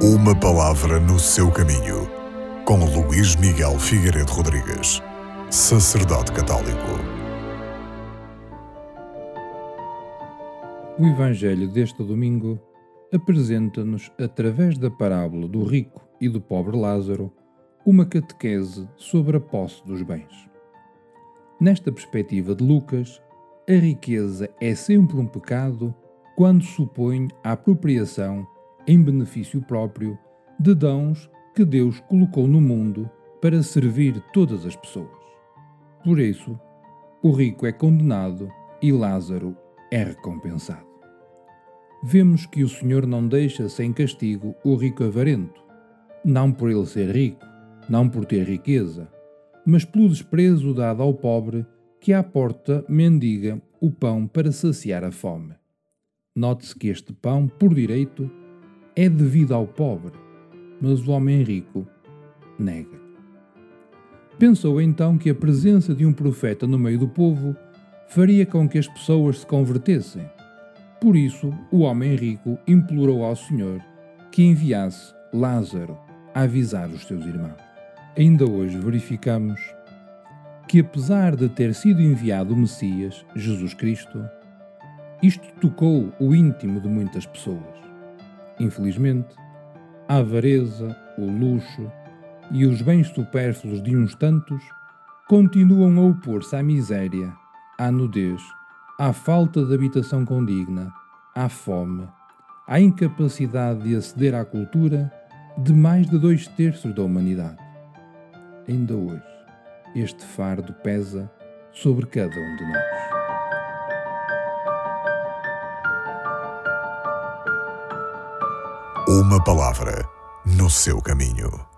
Uma palavra no seu caminho, com Luís Miguel Figueiredo Rodrigues, sacerdote católico. O Evangelho deste domingo apresenta-nos, através da parábola do rico e do pobre Lázaro, uma catequese sobre a posse dos bens. Nesta perspectiva de Lucas, a riqueza é sempre um pecado quando supõe a apropriação em benefício próprio de dons que Deus colocou no mundo para servir todas as pessoas. Por isso, o rico é condenado e Lázaro é recompensado. Vemos que o Senhor não deixa sem castigo o rico avarento, não por ele ser rico, não por ter riqueza, mas pelo desprezo dado ao pobre que à porta mendiga o pão para saciar a fome. Note-se que este pão, por direito, é devido ao pobre, mas o homem rico nega. Pensou então que a presença de um profeta no meio do povo faria com que as pessoas se convertessem. Por isso, o homem rico implorou ao Senhor que enviasse Lázaro a avisar os seus irmãos. Ainda hoje verificamos que, apesar de ter sido enviado o Messias, Jesus Cristo, isto tocou o íntimo de muitas pessoas. Infelizmente, a avareza, o luxo e os bens supérfluos de uns tantos continuam a opor-se à miséria, à nudez, à falta de habitação condigna, à fome, à incapacidade de aceder à cultura de mais de 2/3 da humanidade. Ainda hoje, este fardo pesa sobre cada um de nós. Uma palavra no seu caminho.